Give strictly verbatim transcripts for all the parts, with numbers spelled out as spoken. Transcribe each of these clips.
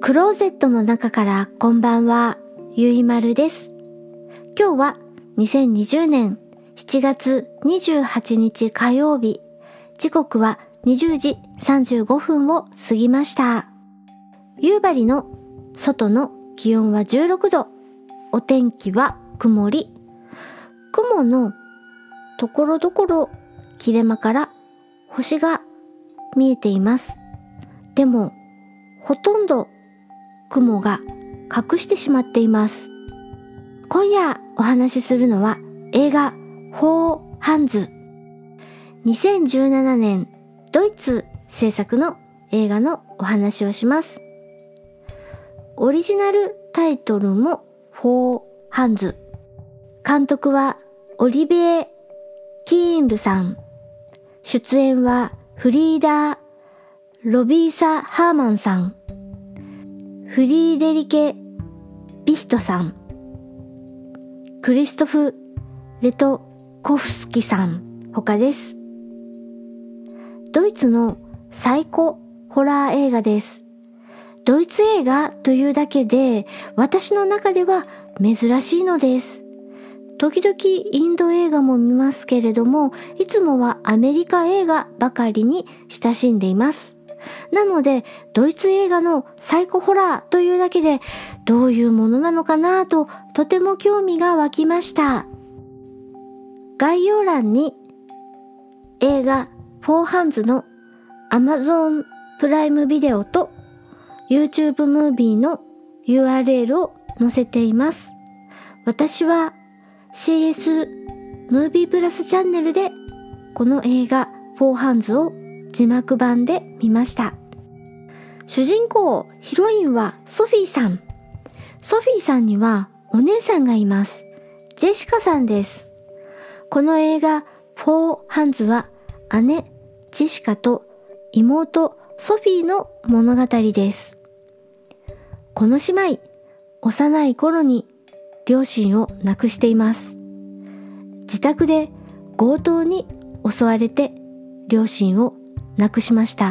クローゼットの中からこんばんは、ゆいまるです。今日はにせんにじゅうねんしちがつにじゅうはちにち火曜日、時刻はにじゅうじさんじゅうごふんを過ぎました。夕張の外の気温はじゅうろくど、お天気は曇り。雲のところどころ切れ間から星が見えています。でもほとんど雲が隠してしまっています。今夜お話しするのは映画フォーハンズ。にせんじゅうななねんドイツ制作の映画のお話をします。オリジナルタイトルもフォーハンズ。監督はオリビエ・キーンルさん。出演はフリーダー・ロビーサ・ハーマンさん。フリーデリケ・ビヒトさん。クリストフ・レトコフスキさん他です。ドイツのサイコホラー映画です。ドイツ映画というだけで私の中では珍しいのです。時々インド映画も見ますけれども、いつもはアメリカ映画ばかりに親しんでいます。なのでドイツ映画のサイコホラーというだけでどういうものなのかなととても興味が湧きました。概要欄に映画フォーハンズの Amazon プライムビデオと YouTube ムービーの ユーアールエル を載せています。私は シーエス ムービープラスチャンネルでこの映画フォーハンズを字幕版で見ました。主人公ヒロインはソフィーさん。ソフィーさんにはお姉さんがいます。ジェシカさんです。この映画フォーハンズは姉ジェシカと妹ソフィーの物語です。この姉妹、幼い頃に両親を亡くしています。自宅で強盗に襲われて両親を亡くしました。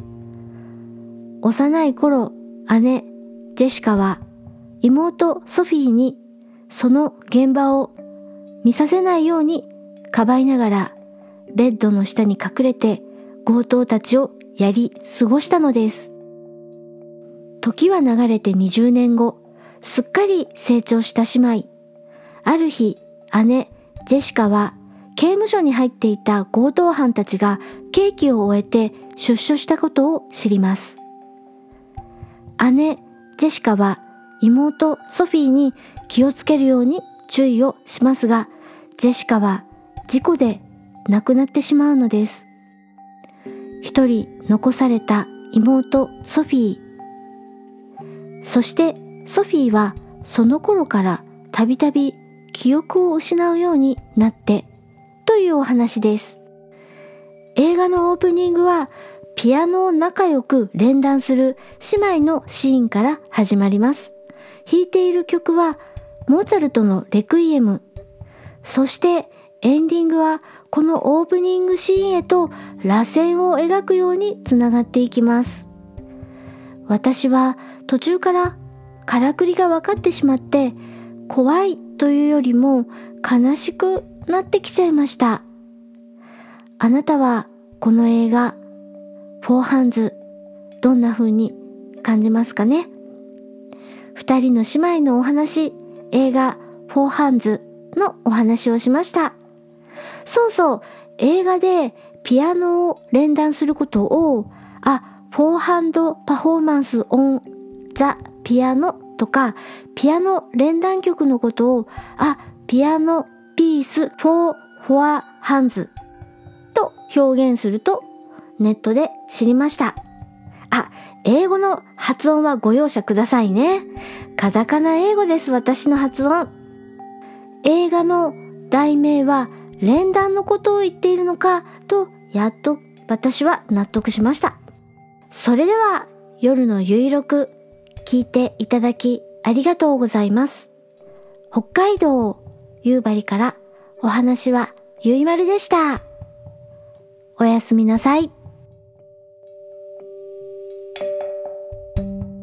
幼い頃、姉ジェシカは妹ソフィーにその現場を見させないようにかばいながらベッドの下に隠れて強盗たちをやり過ごしたのです。時は流れてにじゅうねんご、すっかり成長した姉妹。ある日、姉ジェシカは刑務所に入っていた強盗犯たちが刑期を終えて出所したことを知ります。姉ジェシカは妹ソフィーに気をつけるように注意をしますが、ジェシカは事故で亡くなってしまうのです。一人残された妹ソフィー。そしてソフィーはその頃からたびたび記憶を失うようになってというお話です。映画のオープニングはピアノを仲良く連弾する姉妹のシーンから始まります。弾いている曲はモーツァルトのレクイエム。そしてエンディングはこのオープニングシーンへと螺旋を描くようにつながっていきます。私は途中からからくりが分かってしまって怖いというよりも悲しくなってきちゃいました。あなたはこの映画フォーハンズどんな風に感じますかね。二人の姉妹のお話、映画フォーハンズのお話をしました。そうそう、映画でピアノを連弾することをあ、フォーハンドパフォーマンスオンザピアノとかピアノ連弾曲のことをあ、ピアノピースフォーフォアハンズと表現するとネットで知りました。あ、英語の発音はご容赦くださいね。カタカナ英語です、私の発音。映画の題名は連弾のことを言っているのかとやっと私は納得しました。それでは夜のゆいろく聞いていただきありがとうございます。北海道夕張からお話はゆいまるでした。おやすみなさい。 わ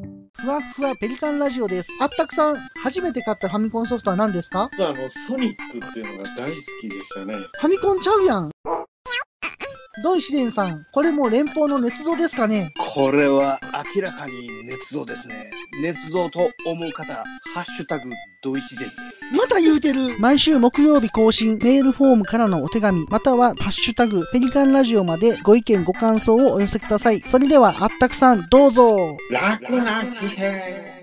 ふわふわペリカンラジオです。あったくさん、初めて買ったファミコンソフトは何ですか？ 実はあの、ソニックっていうのが大好きでしたね。 ファミコンちゃうやん。ドイシデンさん、これも連邦の捏造ですかね？ これは明らかに捏造ですね。捏造と思う方、ハッシュタグドイシデン。 また言うてる。毎週木曜日更新、メールフォームからのお手紙、またはハッシュタグペリカンラジオまでご意見ご感想をお寄せください。それではあったくさん、どうぞ。 楽な姿勢。